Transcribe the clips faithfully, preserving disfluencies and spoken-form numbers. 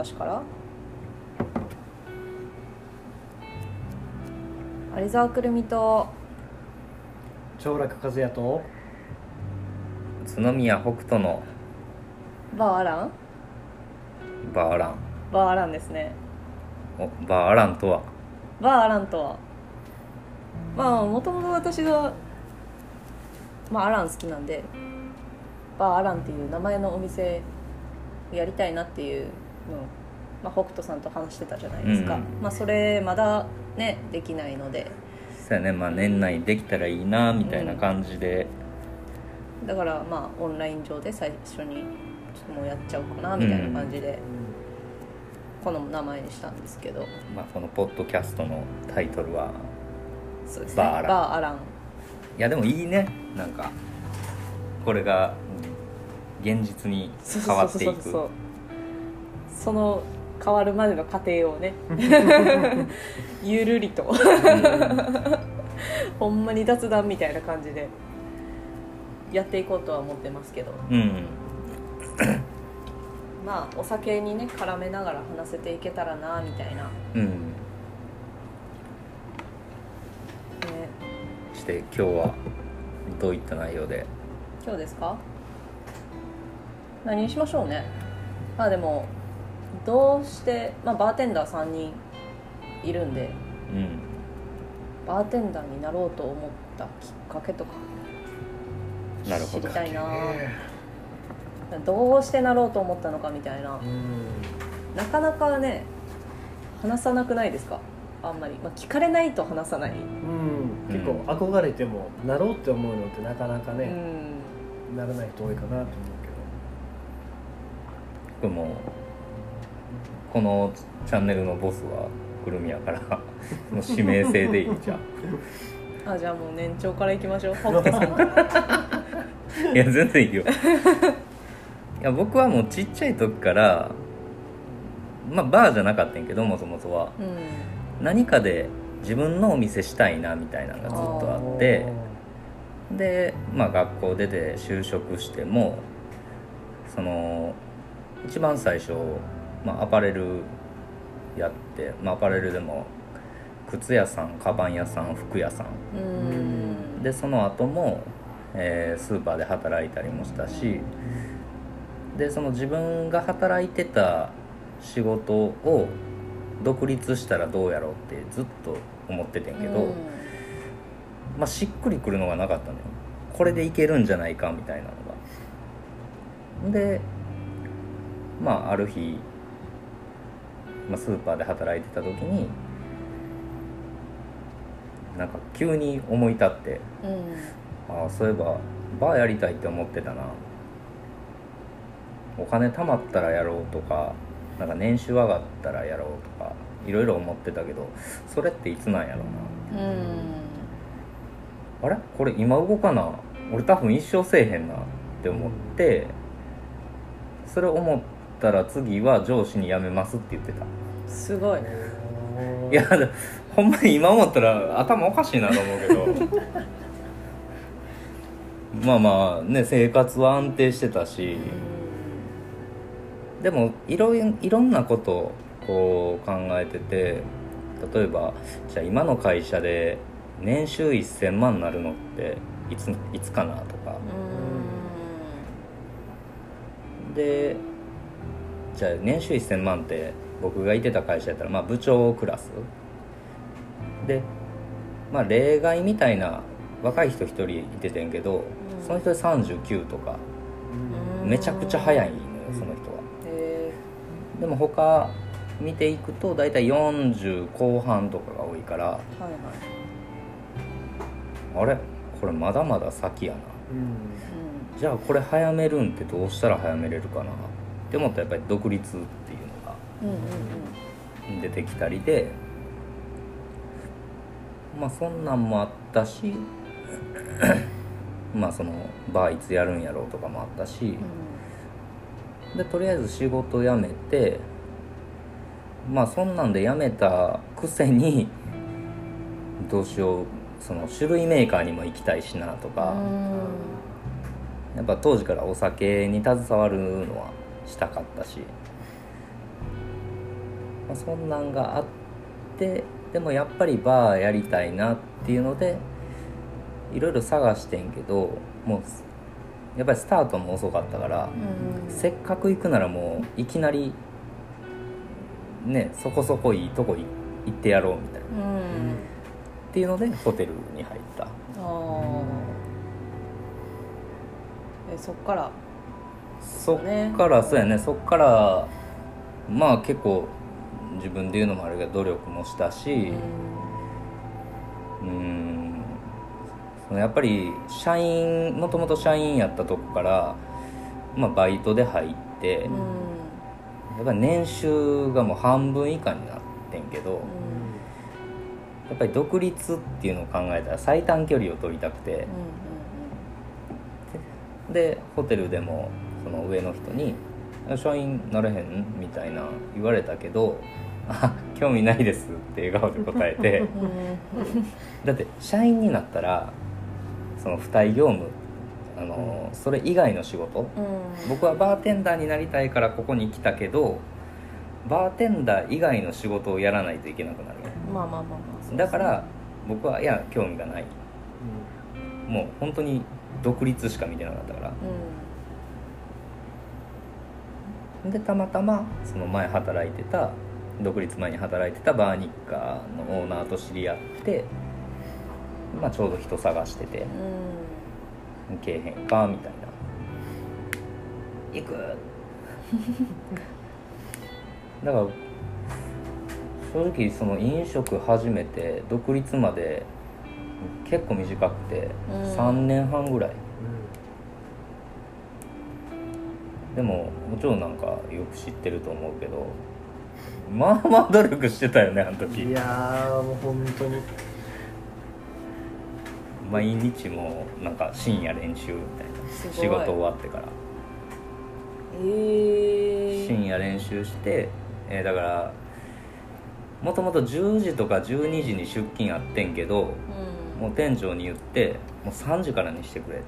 私から有沢くるみと長楽和也と宇都宮北斗のバーアランバーアランバーアランですね。 おバーアランとはバーアランとはまあもともと私がまあアラン好きなんでバーアランっていう名前のお店やりたいなっていうのを、まあ、北斗さんと話してたじゃないですか、 うんまあそれまだねできないので、 そうやね、まあ年内できたらいいなみたいな感じで、 だからまあオンライン上で最初にちょっともうやっちゃおうかなみたいな感じで、この名前にしたんですけど、 まあ、このポッドキャストのタイトルはそうですね、 バーアランバーアラン。 いやでもいいね、なんかこれが現実に変わっていく。 そうそうそうそう、その変わるまでの過程をねゆるりとほんまに雑談みたいな感じでやっていこうとは思ってますけど、 うんまあお酒にね絡めながら話せていけたらなみたいな、ね、 うんして今日はどういった内容で。 今日ですか？何にしましょうね。まあでもどうして、まあ、バーテンダーさんにんいるんで、 うんバーテンダーになろうと思ったきっかけとかなるほど知りたいな。どうしてなろうと思ったのかみたいな、なかなかね話さなくないですか？あんまり、まあ、聞かれないと話さない、 うん、結構憧れてもなろうって思うのってなかなかね、 うん、 ならない人多いかなと思う僕もこのチャンネルのボスはくるみやからその指名制でいいじゃん。 あ、じゃあもう年長からいきましょう。北斗さんからいや全然いいよ。いや僕はもうちっちゃい時からまあバーじゃなかったんやけど、もともとはうん何かで自分のお店したいなみたいなのがずっとあって、でまあ学校出て就職してもその一番最初、まあ、アパレルやって、まあ、アパレルでも靴屋さん、カバン屋さん、服屋さんうんで、その後も、えースーパーで働いたりもしたし、でその自分が働いてた仕事を独立したらどうやろうってずっと思っててんけど、 うんまあ、しっくりくるのがなかったのよ。これでいけるんじゃないかみたいなのが。でまあある日、まあ、スーパーで働いてた時になんか急に思い立って、 うんああそういえばバーやりたいって思ってたな、お金貯まったらやろうとか、なんか年収上がったらやろうとかいろいろ思ってたけど、それっていつなんやろうな、 うんあれこれ今動かな、俺多分一生せえへんなって思って、それ思ったら次は上司に辞めますって言ってた。 すごい。 いやほんまに今思ったら頭おかしいなと思うけどまあまあね、生活は安定してたし、でもいろいいろんなことをこう考えてて、例えばじゃあ今の会社で年収せんまんになるのっていついつかなとかで、じゃあ年収せんまんって僕がいてた会社やったらまあ部長クラスで、まあ例外みたいな若い人一人いててんけど、その人でさんじゅうきゅうとかめちゃくちゃ早いのよその人は。 へでも他見ていくと大体よんじゅうこう半とかが多いから、 ーはいはい。 あれこれまだまだ先やな、 うんじゃあこれ早めるんってどうしたら早めれるかなって思ったらやっぱり独立っていうのがうんうんうん出てきたりで、まあそんなんもあったしまあそのバーいつやるんやろうとかもあったし、でとりあえず仕事辞めて、まあそんなんで辞めたくせにどうしよう、その種類メーカーにも行きたいしなとか、やっぱ当時からお酒に携わるのはしたかったし、 まあ、そんなんがあって、でもやっぱりバーやりたいなっていうのでいろいろ探してんけど、もうやっぱりスタートも遅かったから、 うん、 せっかく行くならもういきなりねそこそこいいとこ行ってやろうみたいな、 うん、 っていうのでホテルに入った。 ああ、えそっからそっからそうやね、そっからまあ結構自分で言うのもあるけど努力もしたし、うーん、そのやっぱり社員もともと社員やったとこから、まあ、バイトで入って、 うん、 やっぱり年収がもう半分以下になってんけど、 うん、 やっぱり独立っていうのを考えたら最短距離を取りたくて、 うん、 でホテルでもその上の人に「社員なれへん?」みたいな言われたけど「あ、興味ないです」って笑顔で答えてだって社員になったらその付帯業務、あのそれ以外の仕事、 うん、 僕はバーテンダーになりたいからここに来たけどバーテンダー以外の仕事をやらないといけなくなる。 まあまあまあまあ、 だから僕はいや興味がない、もう本当に独立しか見てなかったから、 うん、 でたまたまその前働いてた独立前に働いてたバーニッカーのオーナーと知り合って、まあ、ちょうど人探しててうん、 「けえへんか」みたいな「行く!」だから正直その飲食始めて独立まで結構短くてうんさんねんはんぐらい、でももちろんなんかよく知ってると思うけど、まあまあ努力してたよねあの時。 いやーもう本当に毎日もなんか深夜練習みたいな、仕事終わってからえー、 深夜練習して、えー、だからもともとじゅうじとかじゅうにじに出勤あってんけど、 うん、 もう店長に言ってもうさんじからにしてくれ、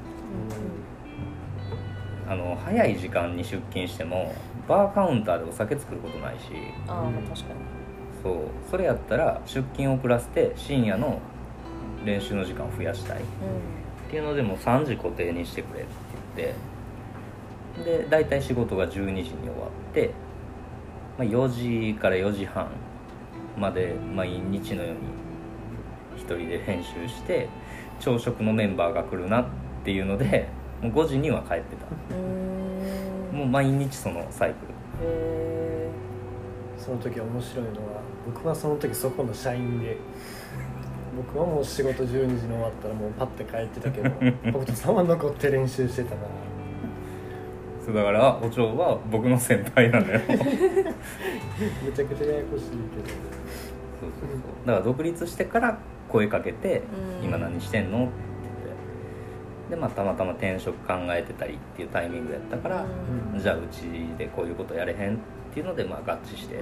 あの早い時間に出勤してもバーカウンターでお酒作ることないし、 ああ、まあ確かに、 そうそれやったら出勤遅らせて深夜の練習の時間を増やしたい、 うっていうのでもうさんじ固定にしてくれって言って、で大体仕事がじゅうにじに終わって、まあ、よじからよじはんまで毎日のように一人で練習して、朝食のメンバーが来るなっていうのでもうごじには帰ってた。 ん、うーん、 もう毎日そのサイクル。 へその時面白いのは、僕はその時そこの社員で、僕はもう仕事じゅうにじに終わったらもうパッて帰ってたけど僕とさんは残って練習してたから。 そうだからお嬢は僕の先輩なのよめちゃくちゃややこしいけど、 そうそうそう、だから独立してから声かけて「 うん今何してんの?」って言って、で、まあ、たまたま転職考えてたりっていうタイミングやったから、 うんじゃあうちでこういうことやれへんっていうのでまあ合致して、 うん、うん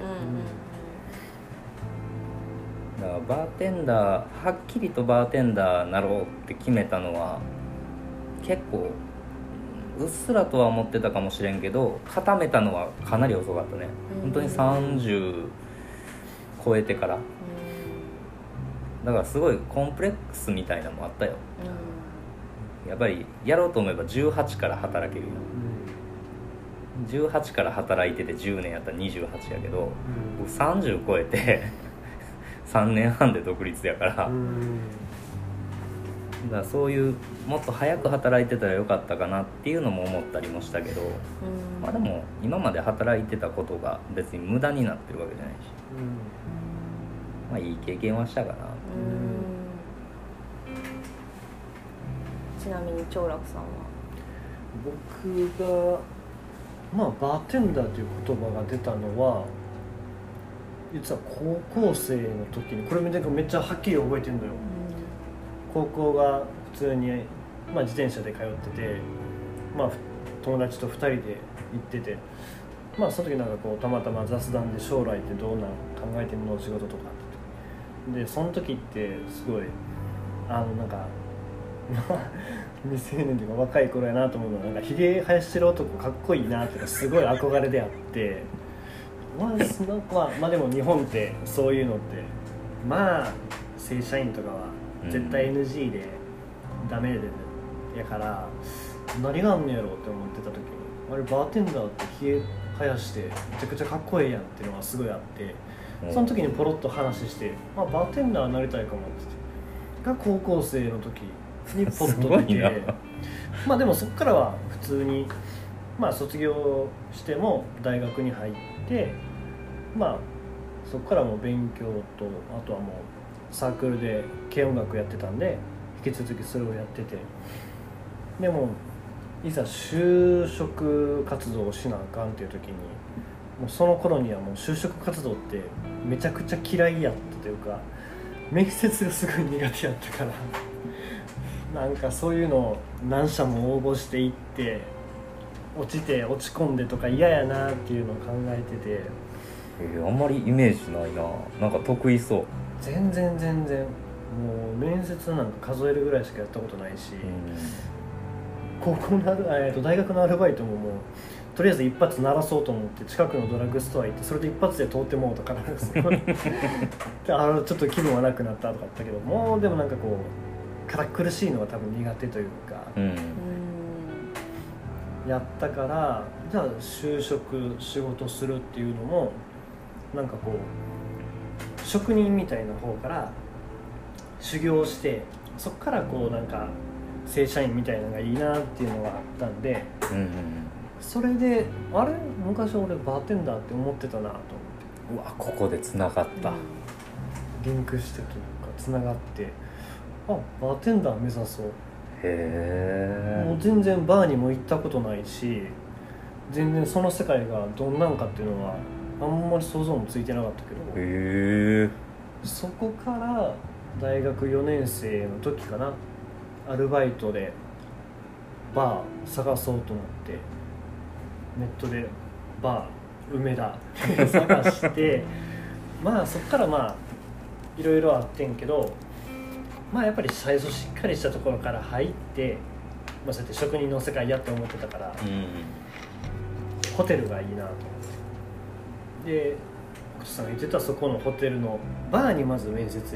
だからバーテンダーはっきりとバーテンダーなろうって決めたのは結構うっすらとは思ってたかもしれんけど、固めたのはかなり遅かったね、 うん、 本当にさんじゅう超えてから。だからすごいコンプレックスみたいなのもあったよ。やっぱりやろうと思えばじゅうはちから働けるよ、うん、じゅうはちから働いててじゅうねんやったらにじゅうはちやけど、うん、僕さんじゅう超えてさんねんはんで独立やから、うん、だからそういうもっと早く働いてたらよかったかなっていうのも思ったりもしたけど、うん、まあでも今まで働いてたことが別に無駄になってるわけじゃないし、うん、まあいい経験はしたかな。うん、 ちなみに長楽さんは？ 僕がまあバーテンダーという言葉が出たのは実は高校生の時に、これめっちゃはっきり覚えてるのよ、うん、高校が普通に、まあ、自転車で通ってて、まあ、友達とふたりで行ってて、まあその時なんかこうたまたま雑談で将来ってどうなん考えてるのお仕事とかってで、その時ってすごいあのなんかまあ未成年というか若い頃やなと思うのは、なんかひげ生やしてる男かっこいいなとかすごい憧れであって、 まあそのまあ、まあでも日本ってそういうのってまあ正社員とかは絶対 エヌジー でダメで、やから何があんねやろうって思ってた時に、あれバーテンダーってひげ生やしてめちゃくちゃかっこええやんっていうのがすごいあって、その時にポロッと話して、まあ、バーテンダーになりたいかもって言ってが高校生の時にポッと出てまあでもそっからは普通にまあ卒業しても大学に入って、まあそこからもう勉強とあとはもうサークルで軽音楽やってたんで引き続きそれをやってて、でもいざ就職活動をしなあかんっていう時にもうその頃にはもう就職活動ってめちゃくちゃ嫌いやったというか面接がすごい苦手やったからなんかそういうのを何社も応募していって落ちて落ち込んでとか嫌やなっていうのを考えてて、 えー、あんまりイメージないな。なんか得意そう。 全然全然もう面接なんか数えるぐらいしかやったことないし、高校のアル、えー、と大学のアルバイトももうとりあえず一発鳴らそうと思って近くのドラッグストア行ってそれで一発で通ってもうとかなんですよであのちょっと気分はなくなったとかあったけど、もうでもなんかこう堅苦しいのが多分苦手というか、 うん、 やったからじゃあ就職仕事するっていうのもなんかこう職人みたいな方から修行してそっからこうなんか正社員みたいなのがいいなっていうのがあったんで、 うんうん、 それであれ昔俺バーテンダーって思ってたなと思って、 うわここでつながった、 リンクしてというかつながって、あバーテンダー目指そう。 へえ。 もう全然バーにも行ったことないし全然その世界がどんなんかっていうのはあんまり想像もついてなかったけど、 へえ。 そこから大学よねん生の時かな、アルバイトでバー探そうと思ってネットでバー梅田探してまあそっからまあいろいろあってんけど、まあやっぱり最初しっかりしたところから入って、まあ、そうやって職人の世界やって思ってたから、うん、ホテルがいいなと思ってで奥さんが言ってたそこのホテルのバーにまず面接行って、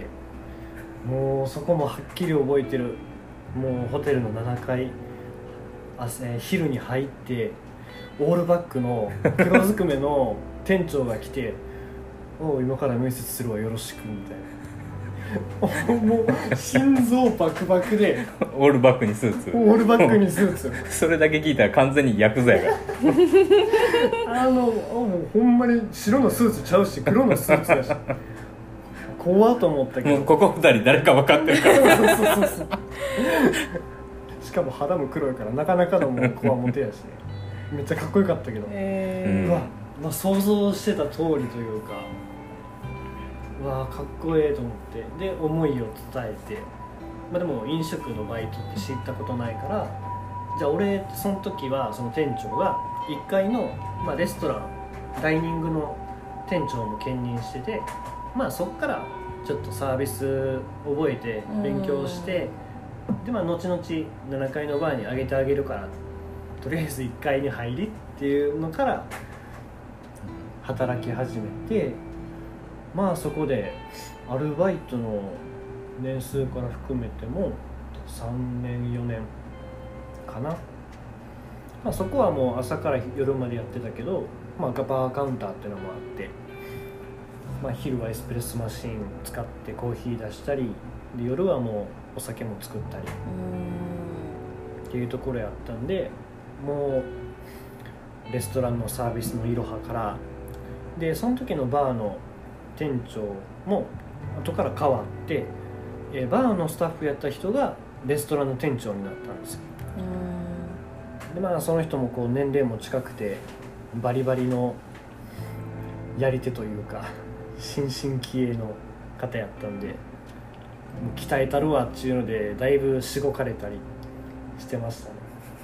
もうそこもはっきり覚えてる。もうホテルのななかい朝昼に入ってオールバックの黒ずくめの店長が来ておう今から面接するわよろしくみたいなもう心臓バクバクでオールバックにスーツオールバックにスーツそれだけ聞いたら完全にヤクザやからあのもうほんまに白のスーツちゃうし黒のスーツだし怖っと思ったけど、 もうここふたり誰か分かってるからそうそうそうそうしかも肌も黒いからなかなかのもうこわもてやし、ね、めっちゃかっこよかったけど、えー、うわ、まあ、想像してた通りというかうわかっこええと思ってで思いを伝えて、まあ、でも飲食のバイトって知ったことないからじゃあ俺その時はその店長がいっかいの、まあ、レストランダイニングの店長も兼任してて、まあそっからちょっとサービス覚えて勉強してでまあ後々ななかいのバーに上げてあげるからとりあえずいっかいに入りっていうのから働き始めて、まあそこでアルバイトの年数から含めてもさんねんよねんかな、まあ、そこはもう朝から夜までやってたけど、まあ、バーカウンターっていうのもあって、まあ、昼はエスプレッソマシン使ってコーヒー出したりで夜はもうお酒も作ったりっていうところやったんで、もうレストランのサービスのいろはからでその時のバーの店長も後から変わってえバーのスタッフやった人がレストランの店長になったんですよ。でまあその人もこう年齢も近くてバリバリのやり手というか新進気鋭の方やったんでもう鍛えたるわっていうのでだいぶしごかれたりしてましたね。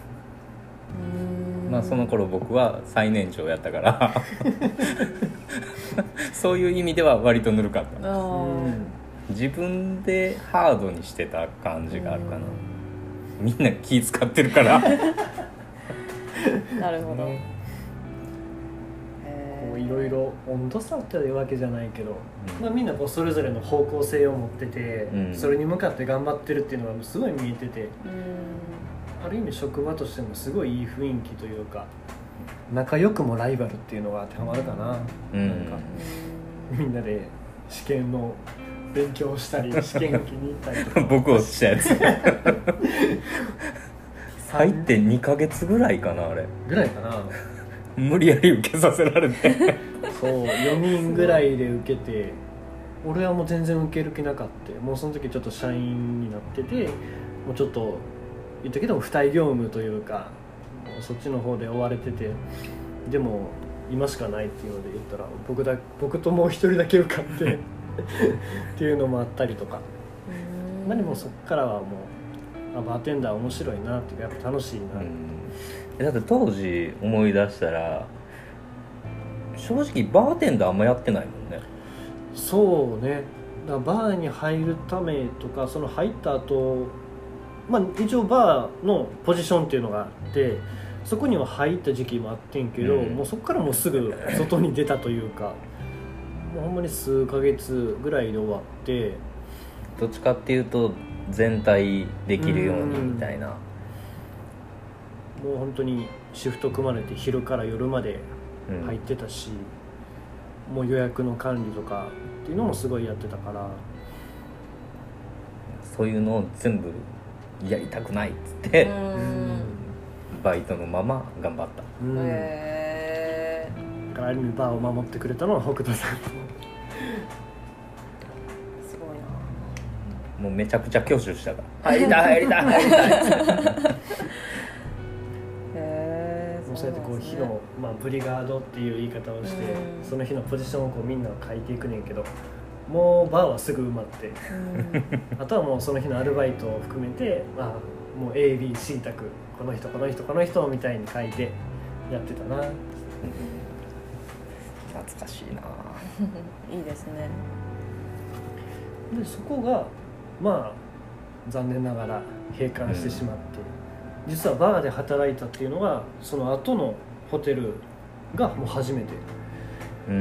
まあその頃僕は最年長やったからそういう意味では割とぬるかった。自分でハードにしてた感じがあるかな。みんな気使ってるからなるほど、 ね、こういろいろ温度差っていうわけじゃないけど、うん、まあ、みんなこうそれぞれの方向性を持ってて、うん、それに向かって頑張ってるっていうのがすごい見えてて、うん、ある意味職場としてもすごいいい雰囲気というか、仲良くもライバルっていうのが当てはまるかな、うん、なんかみんなで試験の勉強したり試験受けに行ったりとか僕落ちたやつ入ってにかげつぐらいかな、あれぐらいかな無理やり受けさせられてそうよにんぐらいで受けて、俺はもう全然受ける気なかった。もうその時ちょっと社員になってて、もうちょっと言ったけど付帯業務というかそっちの方で追われてて、でも今しかないっていうので言ったら僕だ僕ともう一人だけ受かってっていうのもあったりとか、まあでもそっからはもうあバーテンダー面白いなっていうか、やっぱ楽しいな。 だって当時思い出したら正直バーテンダーあんまやってないもんね。 そうね、だからバーに入るためとか、その入った後、まあ一応バーのポジションっていうのがあって、そこには入った時期もあってんけど、うん、もうそこからもうすぐ外に出たというかもうほんまに数ヶ月ぐらいで終わって、 どっちかっていうと全体できるようにみたいな、 もう本当にシフト組まれて昼から夜まで入ってたし、うん、もう予約の管理とかっていうのもすごいやってたから、 そういうのを全部やりたくないっつって、うん、バイトのまま頑張った、うん、 へー。だからある意味バーを守ってくれたのは北斗さんすごいな。 もうめちゃくちゃ挙手したから入りたい入りたい入りたいへー。そうやってこう日の、まあ、ブリガードっていう言い方をして、うん、その日のポジションをこうみんな書いていくねんけど、もうバーはすぐ埋まって、うん、あとはもうその日のアルバイトを含めて、まあ、もう エービーシー 択、この人この人この人みたいに書いてやってたな、うん、 懐かしいないいですね。 でそこがまあ残念ながら閉館してしまって、うん、実はバーで働いたっていうのがその後のホテルがもう初めて、うん、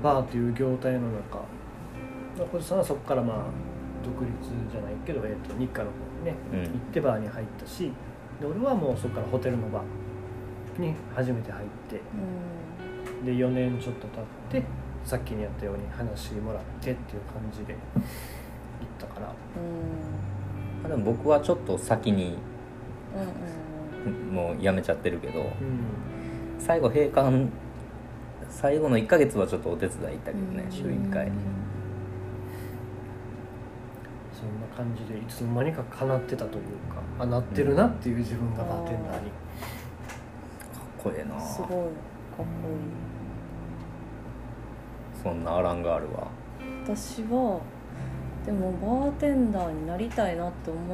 バーという業態の中、小路さんはそこからまあ独立じゃないけど、えー、と日課の方にね、うん、行ってバーに入ったし、で俺はもうそこからホテルのバーに初めて入って、うん、でよねんちょっと経ってさっきにやったように話もらってっていう感じで行ったから、 うん、でも僕はちょっと先に、うんうん、もう辞めちゃってるけど、うん、最後閉館最後のいっかげつはちょっとお手伝い行ったけどね、うん、週いっかい、うん、 そんな感じでいつの間にか叶ってたというか、あなってるなっていう自分がバーテンダーに、かっこええな。 すごいかっこいい。 そんなアランがあるわ。 私はでもバーテンダーになりたいなって思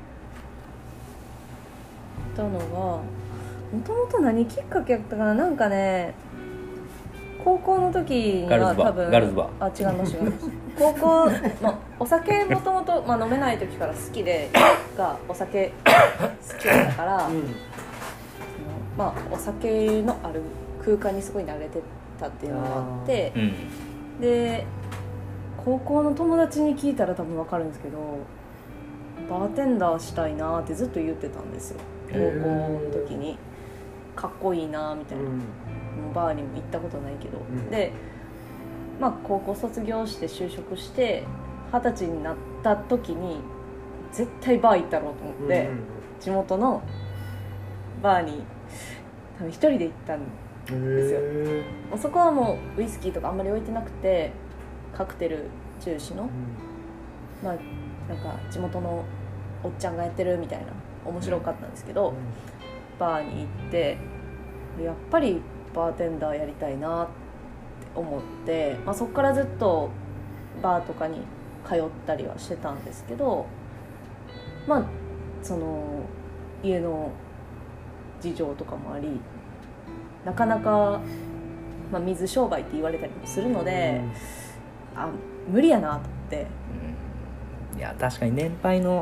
ったのは、もともと何きっかけやったかな。なんかね、高校の時には多分ガールズバー、あ違います違います高校、まあ、お酒もともと飲めない時から好きでがお酒好きだったから、うん、まあ、お酒のある空間にすごい慣れてたっていうのがあって、うん、で高校の友達に聞いたら多分分かるんですけど、バーテンダーしたいなってずっと言ってたんですよ。高校の時にかっこいいなみたいな、うん、もうバーにも行ったことないけど、うん、で、まあ、高校卒業して就職して二十歳になった時に絶対バー行ったろうと思って、うん、地元のバーに多分一人で行ったんですよ。もうそこはもうウイスキーとかあんまり置いてなくてカクテル中止の、うん、まあなんか地元のおっちゃんがやってるみたいな面白かったんですけど、うん、バーに行ってやっぱりバーテンダーやりたいなって思って、まあ、そこからずっとバーとかに通ったりはしてたんですけど、まあその家の事情とかもありなかなか、まあ、水商売って言われたりもするので、うん、あ無理やなと思って、 うん、いや確かに年配の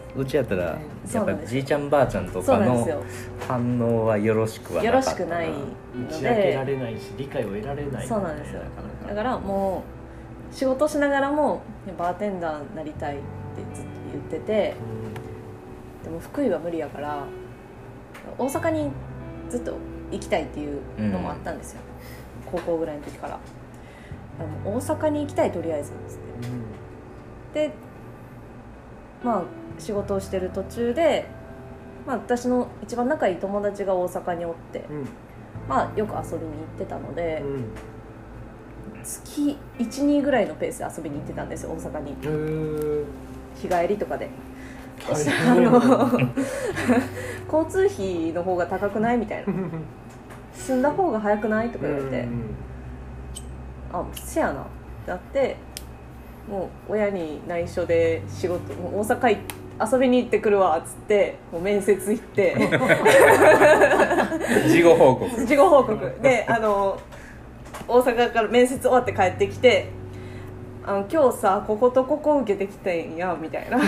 うちやったらやっぱりそうなんですよじいちゃんばあちゃんとかのそうなんですよ反応はよろしくはなよかったろしくない打のち明けらでれないし理解を得られない、 そうなんですよなかなかだからもう仕事しながらもバーテンダーになりたいってずっと言ってて、でも福井は無理やから大阪にずっと行きたいっていうのもあったんですよ、うん、高校ぐらいの時から。でも大阪に行きたいとりあえずっつって、でまあ仕事をしてる途中で、まあ、私の一番仲いい友達が大阪におって、 うんまあよく遊びに行ってたので、 うん月いち、にぐらいのペースで遊びに行ってたんですよ大阪に、 へー日帰りとかで。そしたらあ大変の交通費の方が高くないみたいな、住んだ方が早くないとか言われて、 うんあせやなってなって、もう親に内緒で仕事もう大阪い遊びに行ってくるわっつってもう面接行って事後報告事後報告であの大阪から面接終わって帰ってきて、あの今日さこことここ受けてきてんやみたいな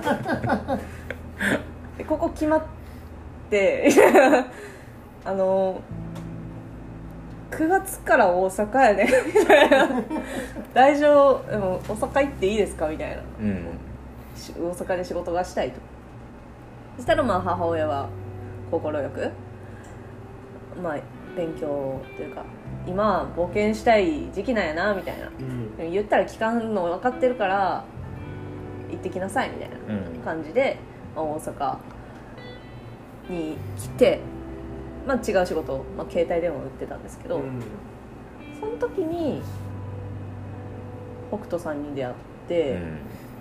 でここ決まってあのくがつから大阪やねみたいな大丈夫でも大阪行っていいですかみたいな、 うんし大阪で仕事がしたいと。そしたらまあ母親は快く、まあ、勉強というか今は冒険したい時期なんやなみたいな、 うんでも言ったら聞かんの分かってるから行ってきなさいみたいなうん感じで、まあ、大阪に来て、まあ、違う仕事、まあ、携帯電話を売ってたんですけど、 うんその時に北斗さんに出会って、 うん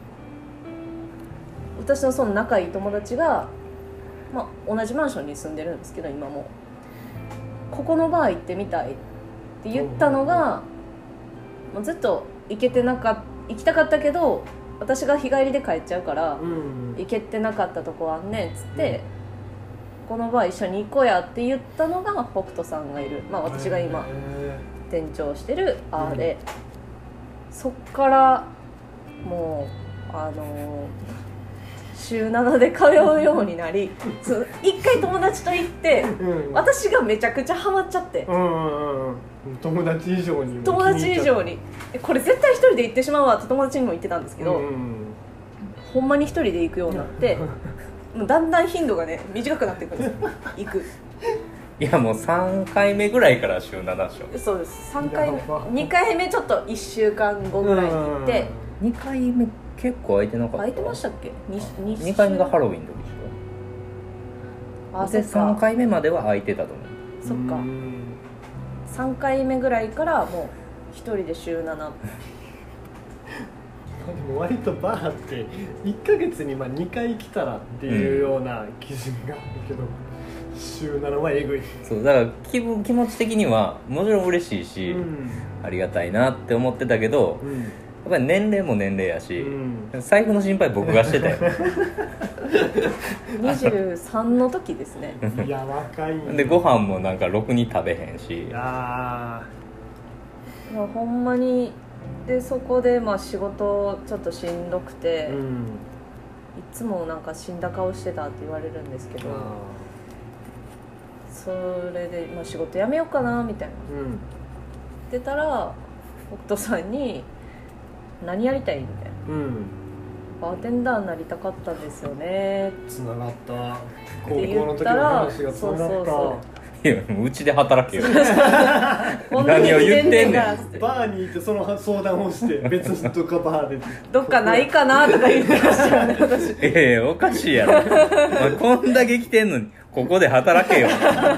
私のその仲いい友達が、まあ、同じマンションに住んでるんですけど今もここのバー行ってみたいって言ったのが、もうずっと行けてなか行きたかったけど私が日帰りで帰っちゃうから、 うん行けてなかったとこあんねんっつって、このバー一緒に行こうやって言ったのが北斗さんがいる、まあ、私が今へ店長してるアーで、そっからもうあのー週ななで通うようになりそう一回友達と行ってーうん私がめちゃくちゃハマっちゃって、 うんうんうん友達以上にも友達以上にえこれ絶対一人で行ってしまうわって友達にも言ってたんですけど、 うんうんほんまに一人で行くようになってもうだんだん頻度がね短くなっていくんですよ行く。 いやもうさんかいめぐらいから週ななでしょ。 そうですさんかいめやばにかいめちょっといっしゅうかんごぐらいに行ってにかいめ結構空いてなかった。 空いてましたっけ に, にかいめがハロウィンの時でしょ。であそっかさんかいめまでは空いてたと思う。 そっかうんさんかいめぐらいからもう一人で週ななでも割とバーっていっかげつにまあにかい来たらっていうような基準があるけど、週ななはえぐい。 そうだから気分気持ち的にはもちろん嬉しいし、 うんありがたいなって思ってたけど、 うんやっぱり年齢も年齢やし、 うん財布の心配僕がしてたよにじゅうさんの時ですねいや若いんでご飯もなんかろくに食べへんし、 あまあほんまにでそこでまあ仕事ちょっとしんどくて、いーうんつもなんか死んだ顔してたって言われるんですけど、 あそれで、まあ、仕事辞めようかなみたいなーうん言ってたら北斗さんに「何やりたい?」みたいなうん 「バーテンダーになりたかったんですよね」 つながったって言高校の時のったら話がつそうながったそうそいやもううちで働けようこんなに何を言ってんねんからっつってバーに行ってその相談をして別のとかバーでどっかないかなとか言ってましたよね私ええおかしいやろお前こんだけ来てんのにここで働けよ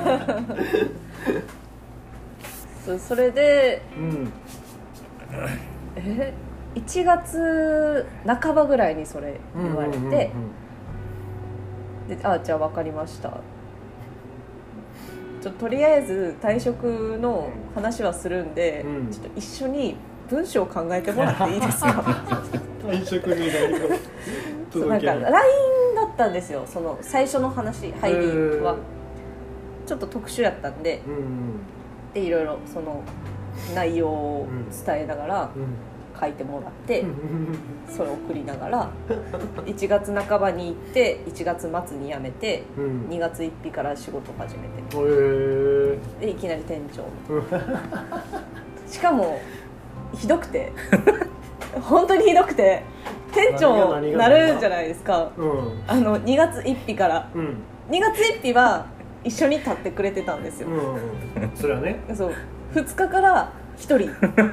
そうそれでうんえいちがつなかばぐらいにそれ言われて、 うんうんうんであじゃあ分かりましたちょとりあえず退職の話はするんで、 うんちょっと一緒に文章を考えてもらっていいですか退職に何かそうなんか届けるライン だったんですよその最初の話入りはちょっと特殊やったんでうんうんでいろいろその内容を伝えながらうん書いてもらってそれを送りながらいちがつなかばに行っていちがつ末に辞めて、うん、にがつついたちから仕事始めて、へでいきなり店長しかもひどくて本当にひどくて店長なるんじゃないですか、うん、あのにがつついたちから、うん、にがつついたちは一緒に立ってくれてたんですよ、うんうん、 それはねそうふつかからひとり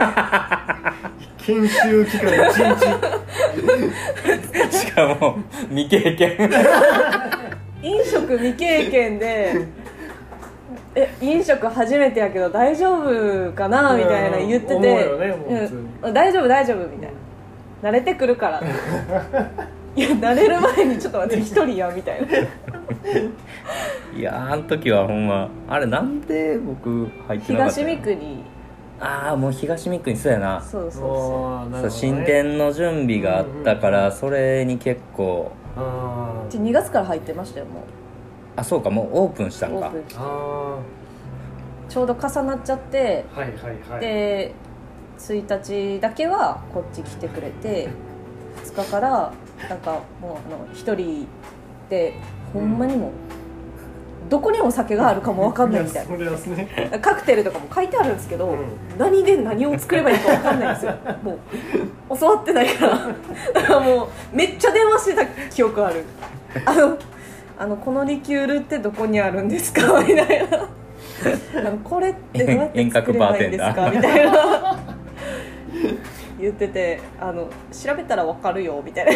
研修期間いちにちしかも未経験飲食未経験でえ飲食初めてやけど大丈夫かなみたいな言ってて、ねうん、大丈夫大丈夫みたいな慣れてくるからいや慣れる前にちょっと待って一人やみたいないやあの時はほんまあれなんで僕入ってなかった東三国ああもう東三国そうやなそうそうそう、 そう、ね、新店の準備があったから、うんうん、それに結構あにがつから入ってましたよもうあそうかもうオープンしたんかオープンしたあちょうど重なっちゃって、 はいはいはい、 でついたちだけはこっち来てくれてふつかからなんかもうあのひとりでほんまにも、うん、どこにお酒があるかも分かんないみたいな、ね、カクテルとかも書いてあるんですけど、うん、何で何を作ればいいか分かんないんですよもう教わってないからだからもうめっちゃ電話してた記憶あるあのあのこのリキュールってどこにあるんですかみたいなあのこれってどうやって作ればいいんですかみたいな言っててあの調べたら分かるよみたいな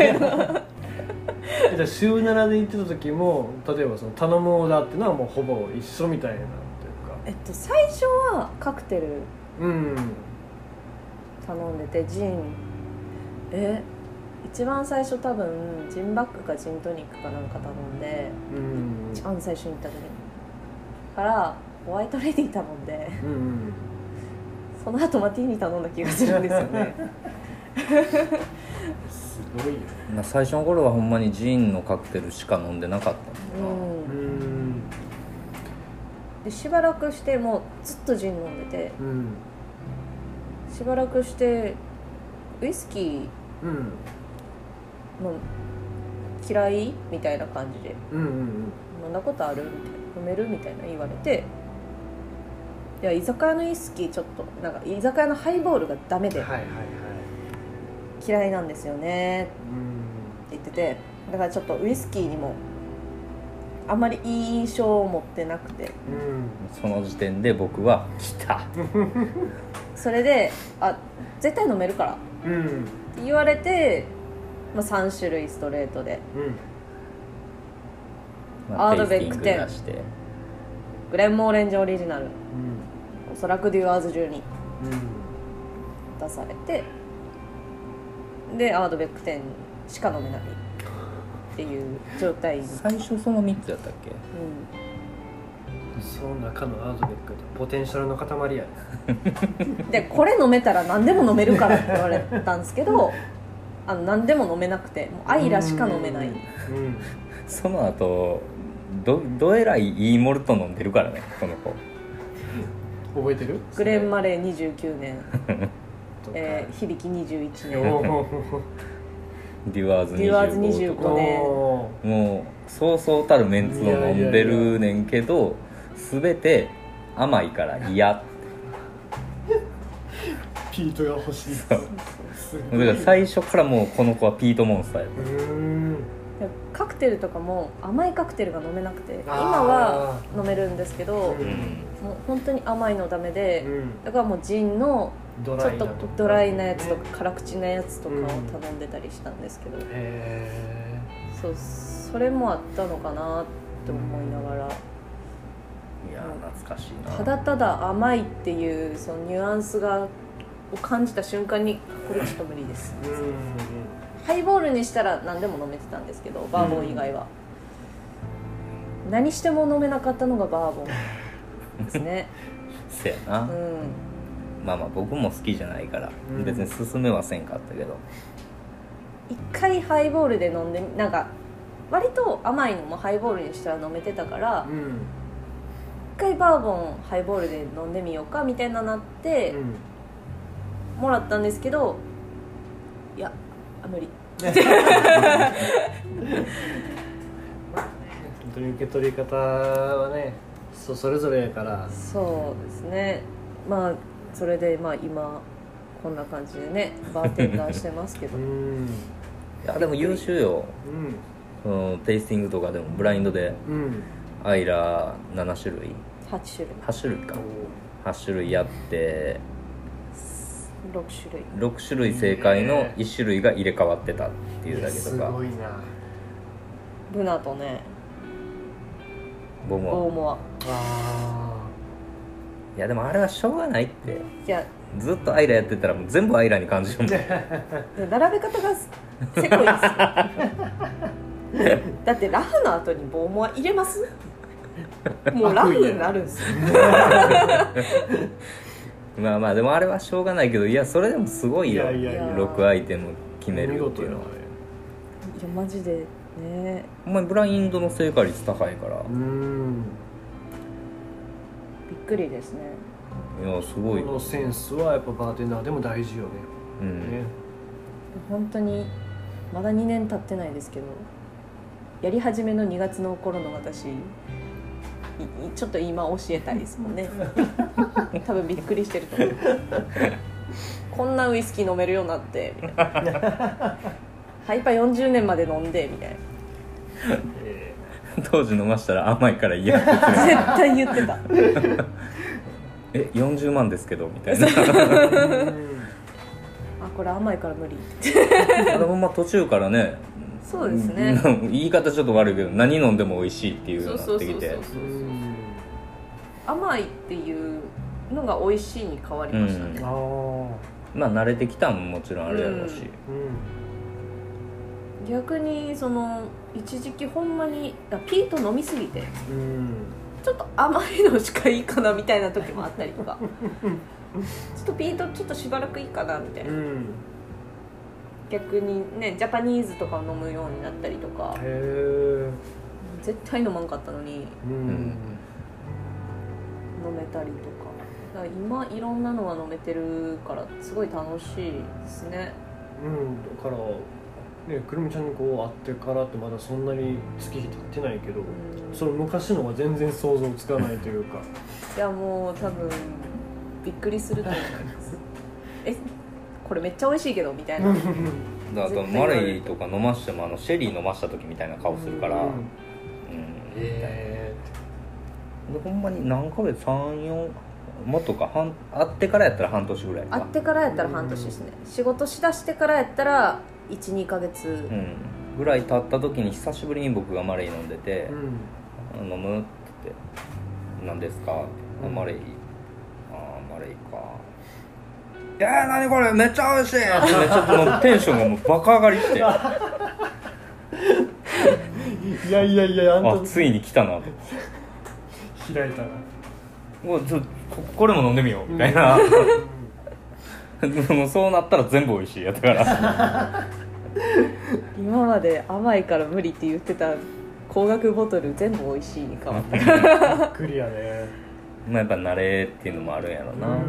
じゃあ週ななで行ってた時も例えばその頼むオーダーっていうのはもうほぼ一緒みたいなというか、 えっと、最初はカクテル頼んでてジンえ一番最初多分ジンバックかジントニックかなんか頼んで、うん、一番最初に行った時にからホワイトレディ頼んで、うんうん、その後マティーニ頼んだ気がするんですよねすごいよね。 最初の頃はほんまにジンのカクテルしか飲んでなかったのかな、うん、 でしばらくしてもうずっとジン飲んでて、うん、しばらくしてウイスキー、うんもう嫌いみたいな感じで、うんうんうん、飲んだことあるみたいな飲めるみたいな言われていや居酒屋のウイスキーちょっとなんか居酒屋のハイボールがダメで、はいはいはい、嫌いなんですよねって言っててだからちょっとウイスキーにもあんまりいい印象を持ってなくて、うん、 その時点で僕は来たそれであ絶対飲めるから、うん、って言われてまあ、さん種類ストレートで、うんまあ、アードベックテングレンモーレンジオリジナル、うん、おそらくデュアーズじゅうに、うん、出されてでアードベックテンしか飲めないっていう状態に最初そのみっつやったっけ、 うん、その中のアードベックってポテンシャルの塊やねでこれ飲めたら何でも飲めるからって言われたんですけどあの何でも飲めなくてもうアイラしか飲めない、うんうん、 その後 ど, どえらいいいモルト飲んでるからねこの子覚えてるグレンマレーにじゅうきゅうねん、えー、響きにじゅういちねんデュアーズにじゅうごとかもうそうそうたるメンツを飲んでるねんけど全て甘いから嫌ピートが欲しいだから最初からもうこの子はピートモンスターやった。うーんカクテルとかも甘いカクテルが飲めなくて今は飲めるんですけど、うん、もう本当に甘いのダメで、うん、だからもうジンのちょっとドライなやつとか辛口なやつとかを頼んでたりしたんですけど、うん、へそうそれもあったのかなって思いながら、いや懐かしいな。 ただただ甘いっていうそのニュアンスがを感じた瞬間にこれちょっと無理です、うんうんうん、ハイボールにしたら何でも飲めてたんですけどバーボン以外は、うん、何しても飲めなかったのがバーボンですねせやな、うん、まあまあ僕も好きじゃないから別に勧めはせんかったけど、 一回ハイボールで飲んでなんか割と甘いのもハイボールにしたら飲めてたから、うん、一回バーボンハイボールで飲んでみようかみたいななって、うんもらったんですけど、いやあ無理本当に受け取り方はね、そそれぞれやから。 そうですね。まあそれでまあ今こんな感じでねバーテンダーしてますけどうんいやでも優秀よ。 うんそのテイスティングとかでもブラインドでうんアイラなな種類はち種類はち種類かはち種類やってろく種類ろく種類正解のいち種類が入れ替わってたっていうだけとすか。 ごいな。 ブナとね僕ボーもモア。 あいやでもあれはしょうがないって。 いやずっとアイラやってたらもう全部アイラに感じるもん並べ方がせこいですよだってラフの後にボーモア入れますもうラフになるんですよまあまあでもあれはしょうがないけど、いやそれでもすごいよ。 いやいやいやろくアイテム決める見事やな。 っていうのは。 いやマジでね。 お前ブラインドの正解率高いから。 うんびっくりですね。 いやすごい。 このセンスはやっぱバーテンダーでも大事よね。 うんね本当にまだにねん経ってないですけど、やり始めのにがつの頃の私いちょっと今教えたいですもんね多分びっくりしてると思うこんなウイスキー飲めるようになってみたいなハイパーよんじゅうねんまで飲んでみたいなえ当時飲ましたら甘いから嫌って絶対言ってたえよんじゅうまんですけどみたいなーうんあこれ甘いから無理あれほんま途中からね、 そうですね言い方ちょっと悪いけど何飲んでも美味しいっていうようになってきて、 そうそうそうそううん甘いっていうのが美味しいに変わりましたね、 あーまあ慣れてきたんももちろんあるやろうし、 うん逆にその一時期ほんまにあピート飲みすぎてうんちょっと甘いのしかいいかなみたいな時もあったりとかちょっとピートちょっとしばらくいいかなみたいな、 うん逆にねジャパニーズとかを飲むようになったりとかへえ絶対飲まんかったのにうん飲めたりとか、だから今いろんなのが飲めてるからすごい楽しいですね。 うんだからねくるみちゃんにこう会ってからってまだそんなに月日経ってないけど、 うんその昔のは全然想像つかないというかいやもう多分びっくりすると思いますえこれめっちゃ美味しいけどみたいなだからあとマレイとか飲ましてもあのシェリー飲ました時みたいな顔するから、うんえでほんまに何ヶ月さん、よんもっとか半会ってからやったら半年ぐらいか会ってからやったら半年ですね、仕事しだしてからやったら いちにかげつ、 うんぐらい経った時に久しぶりに僕がマレイ飲んでてーうん 「飲む?」って言って「何ですか?」ってあマレイあーマレイかいやー何これめっちゃ美味しいってめっちゃもうテンションがもうバカ上がりしてあいやいやいやあんたついに来たなと開いたらもうちょここれも飲んでみようみたいな、もうそうなったら全部美味しいやったから今まで甘いから無理って言ってた高額ボトル全部美味しいに変わったからびっくりやねまあやっぱ慣れっていうのもあるんやろな、 うんい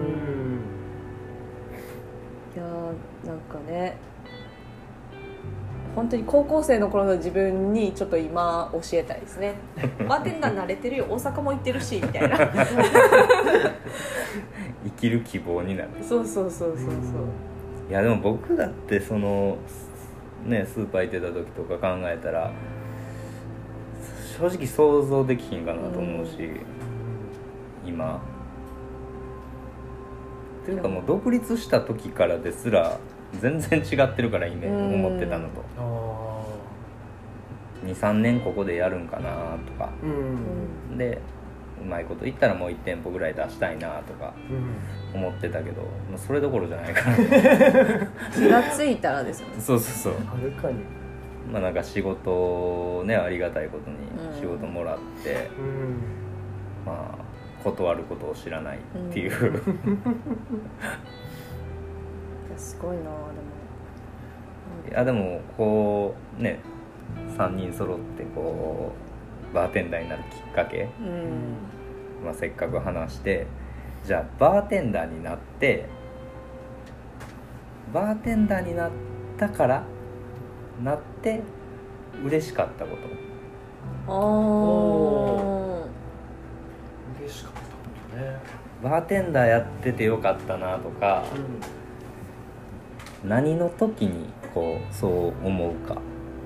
やーなんかね本当に高校生の頃の自分にちょっと今教えたいですねバーテンダー慣れてるよ大阪も行ってるしみたいな生きる希望になる。 そうそうそうそうそういやでも僕だってそのねスーパー行ってた時とか考えたら正直想像できひんかなと思うし、今っていうかもう独立した時からですら全然違ってるからイメージ思ってたのとあにさんねんここでやるんかなとかーうんでうまいこと言ったらもういち店舗ぐらい出したいなとかうん思ってたけどもうそれどころじゃないから気がついたらですよねそうそうそうはるかにまあなんか仕事をねありがたいことにうん仕事もらって、 うんまあ断ることを知らないっていう、 いやすごいなでもいやでもこうねさんにん揃ってこうバーテンダーになるきっかけ、 うんまあ、せっかく話してじゃあバーテンダーになってバーテンダーになったからなって嬉しかったことあおー嬉しかったことね。 バーテンダーやっててよかったなとか、 うん、 何の時にこうそう思うか。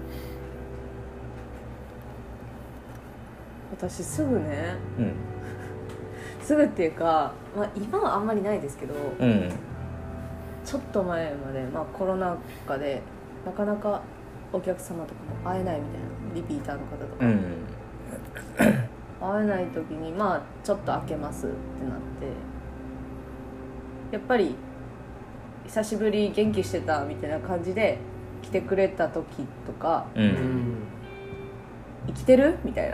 私すぐねうんすぐっていうか、まあ、今はあんまりないですけど、 うんちょっと前まで、まあ、コロナ禍でなかなかお客様とかも会えないみたいな、リピーターの方とか、 うん会えない時にまあちょっと開けますってなって、やっぱり久しぶり元気してたみたいな感じで来てくれた時とか、 ううんん、 生きてるみたいな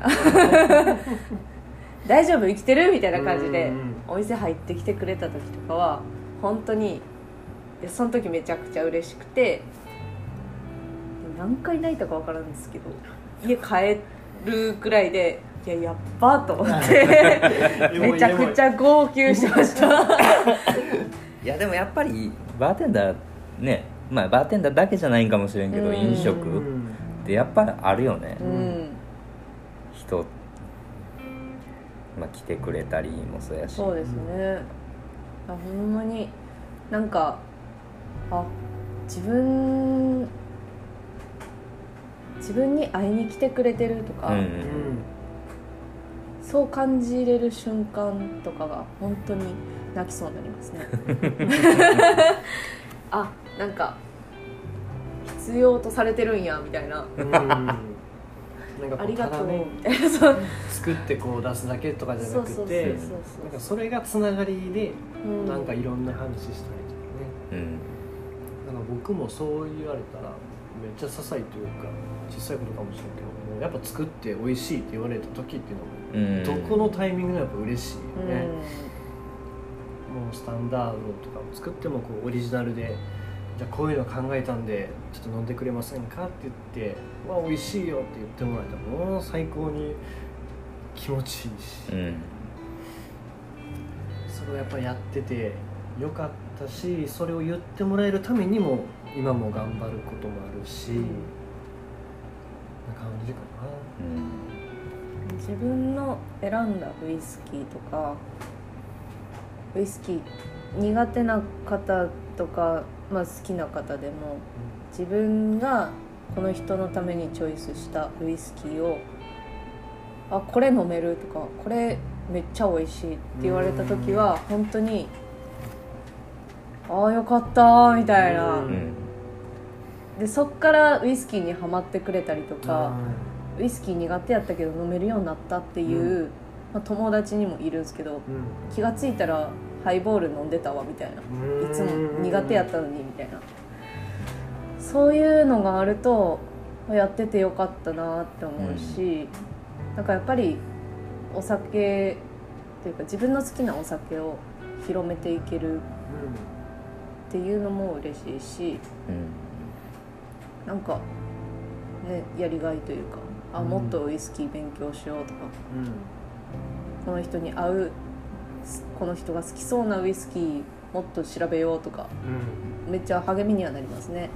大丈夫生きてるみたいな感じでうんお店入ってきてくれた時とかは本当に、でその時めちゃくちゃ嬉しくて、何回泣いたか分からんですけど家帰るくらいで、いややっばと思ってめちゃくちゃ号泣しましたいやでもやっぱりバーテンダーね、まあバーテンダーだけじゃないんかもしれんけど、 うん飲食ってやっぱりあるよね、 うん人、まあ、来てくれたりもそうやし、 そうですね、あほんまになんかあ自分自分に会いに来てくれてるとか、 うんうんそう感じれる瞬間とかが本当に泣きそうになりますねあなんか必要とされてるんやみたいな、 うん、なんかこありがとうただねみたいなそう作ってこう出すだけとかじゃなくそうそうそうて、 そうなんかそれがつながりで、 うんなんかいろんな話したりとかね。 うんなんか僕もそう言われたらめっちゃ些細というか小さいことかもしれんけど、もうやっぱ作って美味しいって言われた時っていうのも、 うんどこのタイミングでもやっぱ嬉しいようんね。もうスタンダードとかを作ってもこうオリジナルで、じゃあこういうの考えたんでちょっと飲んでくれませんかって言って「わ美味しいよ」って言ってもらえたらもう最高に気持ちいいし、 うんそれをやっぱやっててよかったし、それを言ってもらえるためにも今も頑張ることもあるし、な感じかうん自分の選んだウイスキーとかウイスキー苦手な方とか、まあ、好きな方でも自分がこの人のためにチョイスしたウイスキーをあこれ飲めるとかこれめっちゃ美味しいって言われた時は本当にああよかったみたいな、 うんうんでそっからウイスキーにはまってくれたりとな。 か、ウイスキー苦手やったけど飲めるようになったっていう、 うんまあ、友達にもいるんですけど、 うん気がついたらハイボール飲んでたわみたいな、いつも苦手やったのにみたいな、そういうのがあるとやっててよかったなって思うし、なんかやっぱりお酒っていうか自分の好きなお酒を広めていけるっていうのも嬉しいし、 うんなんかねやりがいというか、あうんもっとウイスキー勉強しようとか、 うんうんこの人に合うこの人が好きそうなウイスキーもっと調べようとかうんめっちゃ励みにはなりますね。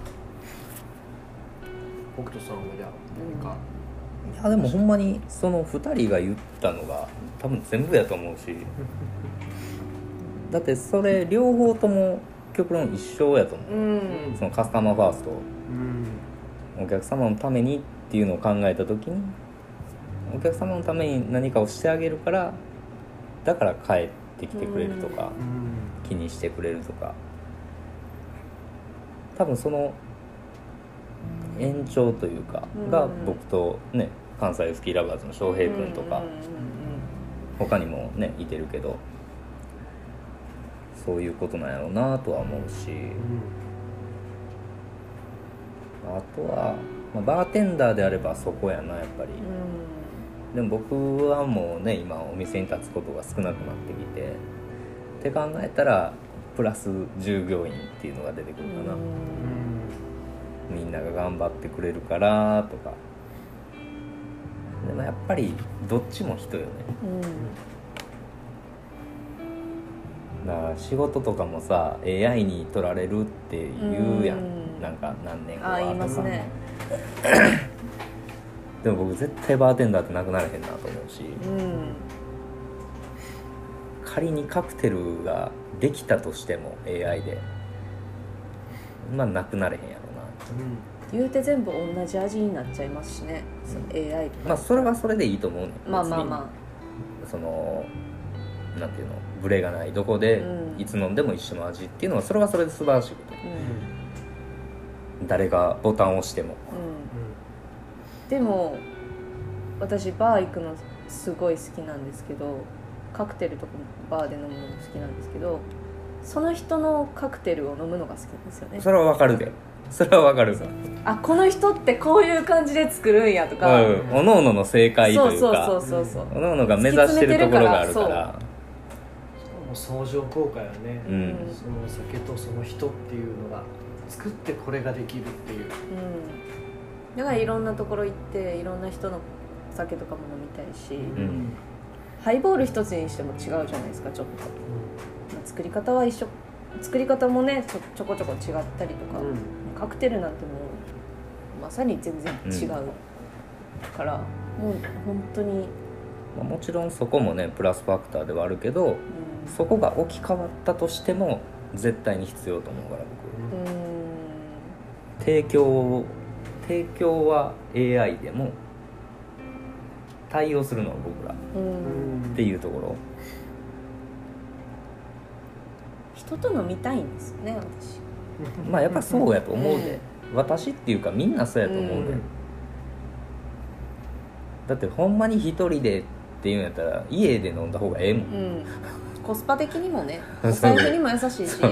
北斗さんはじゃあ何か、 いやでもほんまにそのふたりが言ったのが多分全部やと思うしだってそれ両方とも極論一緒やと思う、 うんそのカスタマーファーストうんお客様のためにっていうのを考えた時にお客様のために何かをしてあげるからだから帰ってきてくれるとか、 うん気にしてくれるとか多分その延長というかがうん僕とね関西スキーラバーズの翔平君とかうんうん他にもねいてるけどそういうことなんやろうなとは思うしあとは、まあ、バーテンダーであればそこやなやっぱりでも僕はもうね今お店に立つことが少なくなってきてって考えたらプラス従業員っていうのが出てくるかな、 うんみんなが頑張ってくれるからとかでもやっぱりどっちも人よねうんだから仕事とかもさ エーアイ に取られるって言うやん、 うんなんか何年後はああ言いますね。 でも僕絶対バーテンダーってなくなれへんなと思うし、 うん仮にカクテルができたとしても エーアイ でまあなくなれへんやろ言うて全部同じ味になっちゃいますしね、その エーアイ とか。 な。まあそれはそれでいいと思うねん。 まあまあま別にそのなんていうのブレがないどこでうんいつ飲んでも一緒の味っていうのはそれはそれで素晴らしいこと。 あ、 誰がボタンを押しても。 うんうん、でも私バー行くのすごい好きなんですけど、カクテルとかもバーで飲むのも好きなんですけど、その人のカクテルを飲むのが好きなんですよね。 それはわかるで。それはわかる。 あ、この人ってこういう感じで作るんやとか、 うん、おのおのの正解というか、 そうそうそうそう、 おのおのが目指してるところがあるか突き詰めてるら。 もう相乗効果やね、 うん、 その酒とその人っていうのが作ってこれができるっていう、 うん、だからいろんなところ行っていろんな人の酒とかも飲みたいし、 んハイボール一つにしても違うじゃないですか、ちょっと、まあ、作り方は一緒、作り方もねちょ、ちょこちょこ違ったりとか、 うんカクテルなんてもうまさに全然違うから、うん、もう本当に、 まあ、もちろんそこもねプラスファクターではあるけど、 うん、 そこが置き換わったとしても絶対に必要と思うから僕、 うん提供提供は エーアイ でも対応するのは僕らうんっていうところ。 人と飲みたいんですよね、私。 まあやっぱそうやと思うで、うん、私っていうかみんなそうやと思うで、うん、だってほんまに一人でっていうんやったら家で飲んだ方がええもん、うん、 コスパ的にもね、お財布にも優しいし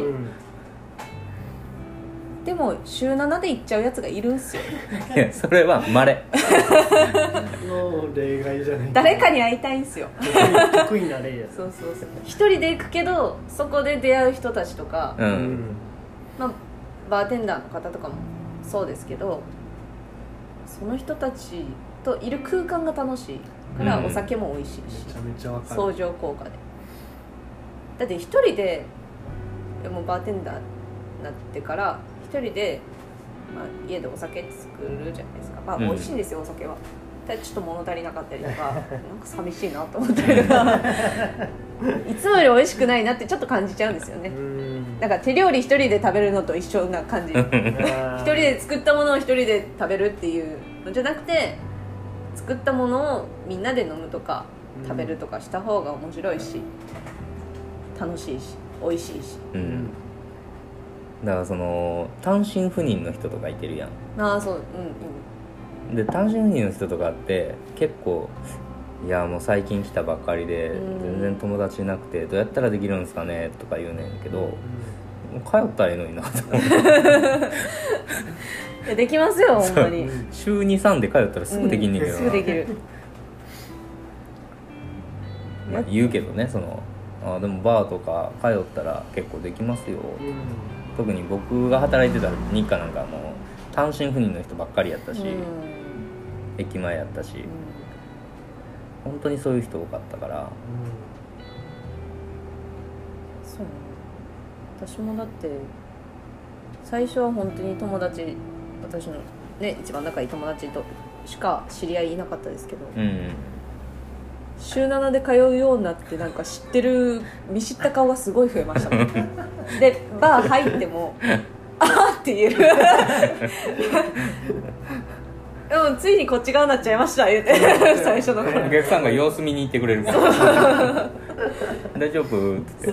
でも週ななで行っちゃうやつがいるんすよ。 いやそれは稀の例外じゃない。 誰かに会いたいんすよ。 得意な例や。 そうそうそう、一人で行くけどそこで出会う人たちとか、 うん、 まあ、バーテンダーの方とかもそうですけど、その人たちといる空間が楽しいからお酒も美味しいし、 めちゃめちゃわかる。 相乗効果で。だって一人でもうバーテンダーになってから一人で、まあ、家でお酒作るじゃないですか。まあ、美味しいんですよ、うん、お酒は。ただちょっと物足りなかったりとかなんか寂しいなと思ったりとかいつもより美味しくないなってちょっと感じちゃうんですよね。なんか手料理一人で食べるのと一緒な感じ。一人で作ったものを一人で食べるっていうのじゃなくて、作ったものをみんなで飲むとか食べるとかした方が面白いし楽しいし美味しいし、 うん、だからその単身赴任の人とかいてるやん。 ああそう、うんうん、 で単身赴任の人とかって結構いやもう最近来たばっかりで全然友達いなくてどうやったらできるんですかねとか言うねんけど、うん、通ったらいいのになと思ってできますよほんまに。 週に、さんで通ったらすぐできんねんけどな、 うん、すぐできる。 まあ言うけどね、そのあでもバーとか通ったら結構できますよ、うん、特に僕が働いてた日課なんかもう単身赴任の人ばっかりやったし、うん、駅前やったし、うん、本当にそういう人多かったから、うん、 そうね。私もだって最初は本当に友達、私のね一番仲いい友達としか知り合いいなかったですけど、うん、週ななで通うようになってなんか知ってる見知った顔がすごい増えましたもんでバー入ってもあーって言えるでもついにこっち側になっちゃいました言うて最初の頃お客さんが様子見に行ってくれるから大丈夫って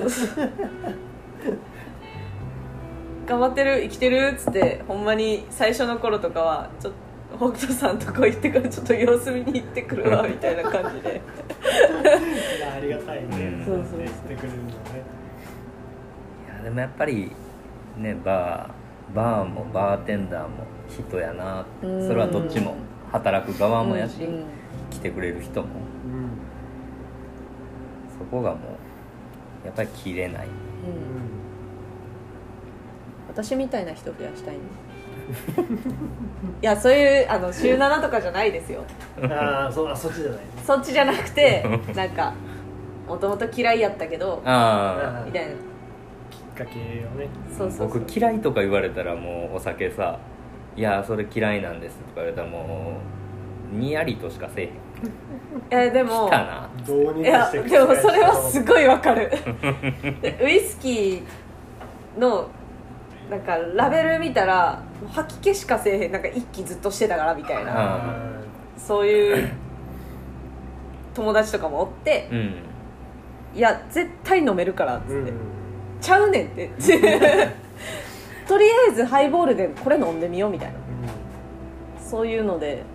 頑張ってる生きてるっつってほんまに最初の頃とかはちょっと北斗さんとこ行ってからちょっと様子見に行ってくるわみたいな感じでいやありがたいね、うん、そうそう言ってくれるのね。 いやでもやっぱりねバーバーもバーテンダーも人やな、それはどっちも働く側もやし、うん、来てくれる人も、うん、そこがもうやっぱり切れない、うん、 私みたいな人増やしたいねいやそういうあの週ななとかじゃないですよああ そ, そっちじゃない、ね、 そっちじゃなくてなんかもともと嫌いやったけどあみたいなかけをね。 そうそうそう、 僕嫌いとか言われたらもうお酒さいやそれ嫌いなんですとか言われたらもうにやりとしかせえへん。 えでも来たな。 どうにいやかしてでもそれはすごいわかるでウイスキーのなんかラベル見たらもう吐き気しかせえへん、なんか一気ずっとしてたからみたいな、 あそういう友達とかもおって、 うんいや絶対飲めるからっつって、 ーうんちゃうねんってとりあえずハイボールでこれ飲んでみようみたいな、そういうので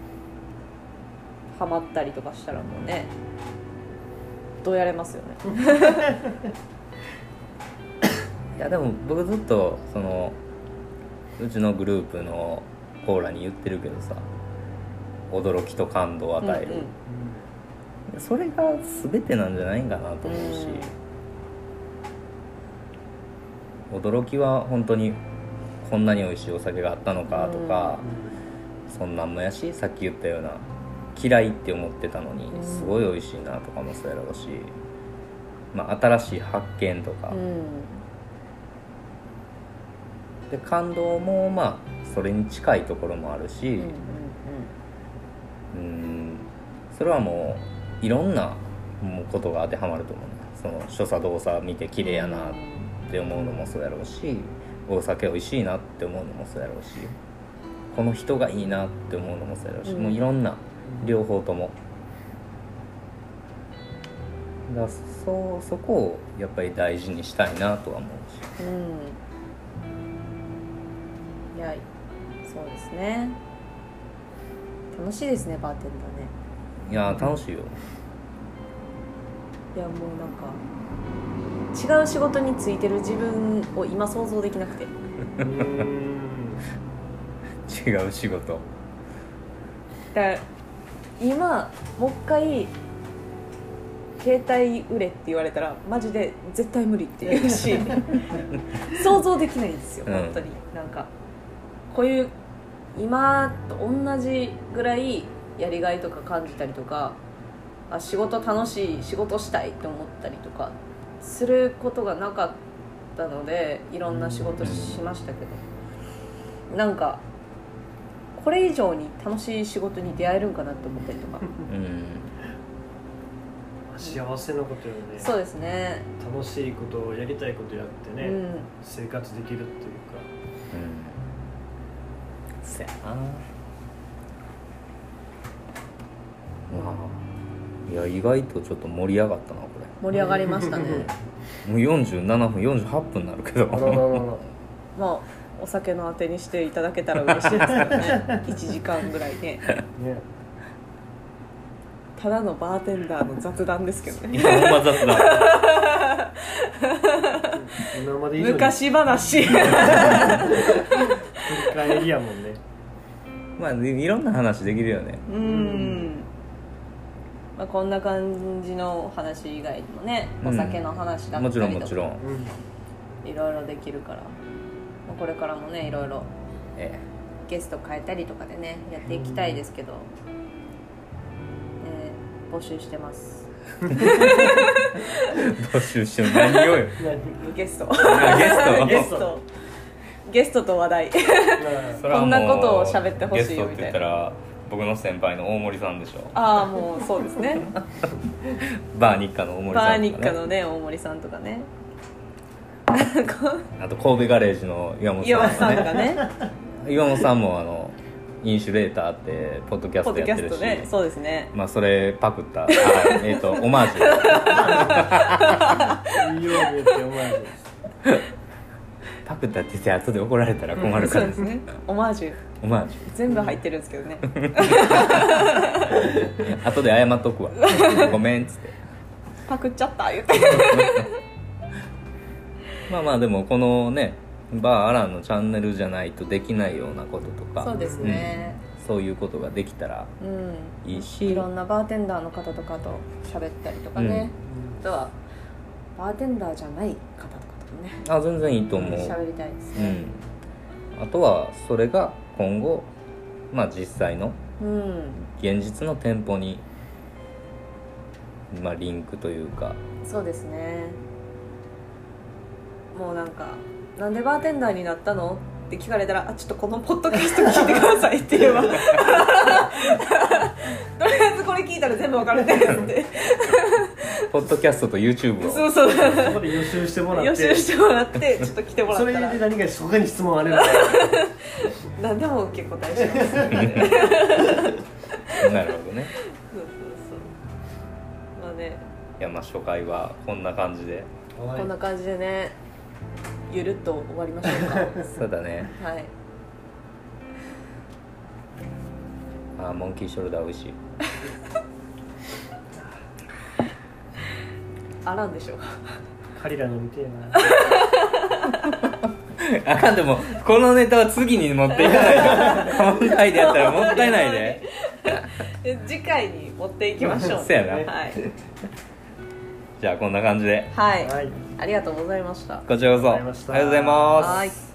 ハマったりとかしたらもうねどうやれますよねいやでも僕ずっとそのうちのグループのコーラに言ってるけどさ、驚きと感動を与える、 うんそれが全てなんじゃないんかなと思うし、驚きは本当にこんなに美味しいお酒があったのかとか、そんなんもやし、さっき言ったような嫌いって思ってたのにすごい美味しいなとかもそうやろうし、まあ、新しい発見とか、 うんうんで感動もまあそれに近いところもあるし、 うんうんうんそれはもういろんなもうことが当てはまると思うね。その所作動作見て綺麗やなって思うのもそうやろうし、お酒美味しいなって思うのもそうやろうし、この人がいいなって思うのもそうやろうし、 うん、 もういろんな両方ともだから そ, そこをやっぱり大事にしたいなとは思うし、 うんいやそうですね、楽しいですねバーテンダーね。 いや楽しいよ。 いやもうなんか違う仕事についてる自分を今想像できなくてうーん違う仕事だから今もう一回携帯売れって言われたらマジで絶対無理って言うし想像できないんですようん本当に。なんかこういう今と同じぐらいやりがいとか感じたりとか、あ仕事楽しい仕事したいって思ったりとかすることがなかったのでいろんな仕事しましたけど、なんかこれ以上に楽しい仕事に出会えるんかなって思ったりとかうん幸せなことよね。 そうですね、 楽しいことをやりたいことやってね、 うん生活できるっていうか。 うんそやな。まあいや意外とちょっと盛り上がったなこれ。 盛り上がりましたねもうよんじゅうななふんよんじゅうはっぷんになるけどあららららまあお酒のあてにしていただけたら嬉しいですけどねいちじかんぐらいねね、 ただのバーテンダーの雑談ですけどねいやほんま雑だ。 今まで以上に昔話振り返りやもんね。 まあいろんな話できるよね。 うん、まあ、こんな感じの話以外にもね、 うんお酒の話だったりとかもちろんもちろん、 うんいろいろできるから、まあこれからもねいろいろえゲスト変えたりとかでねやっていきたいですけど、えー募集してますえ募集しても何をよ。 ゲストあゲストゲストゲストと話題それはもうこんなことを喋ってほしいよゲストって言ったら僕の先輩の大森さんでしょ。 ああもうそうですねバー日課の大森さんとか、ね、 バー日課のね大森さんとかねあと神戸ガレージの岩本岩本さんとさんとかね。 かね岩本さんもあのインシュレーターってポッドキャスポッドキャトやってるし、 ストねそうですねまあそれパクったあえっ、とオマージュいいように言って思わずパクったって言って後で怒られたら困るから、 そうですねオマージュオマージ全部入ってるんですけどねュ後で謝っとくわごめんっつってパクっちゃった言ってまあまあでもこのねバーアランのチャンネルじゃないとできないようなこととかそうですね、 うん、そういうことができたらうんいいし、 いろんなバーテンダーの方とかと喋ったりとかね、あとはバーテンダーじゃない方とかとねあ全然いいと思う、 喋りたいですねうん、あとはそれが今後まあ実際のうん、 現実の店舗に、まあ、リンクというか、 そうですねもうなんかなんでバーテンダーになったのって聞かれたら、あちょっとこのポッドキャスト聞いてくださいって言えばとりあえずこれ聞いたら全部分かるってってポッドキャストと YouTube をそうそうそこで予習してもらって予習してもらってちょっと来てもらったらそれで何か他に質問あれば何でも結構大丈夫ですなるほどね。 そうそうそうまあね、 いやまあ初回はこんな感じで、 はいこんな感じでねゆるっと終わりましょうかそうだね。 はいあーモンキーショルダー美味しい。 あらんでしょう彼らの見てえなあかんでもこのネタは次に持っていかないと今回でやったらもったいないでで次回に持っていきましょうそうやなはい、 じゃあこんな感じではいはいありがとうございましたこちらこそありがとうございます。 はい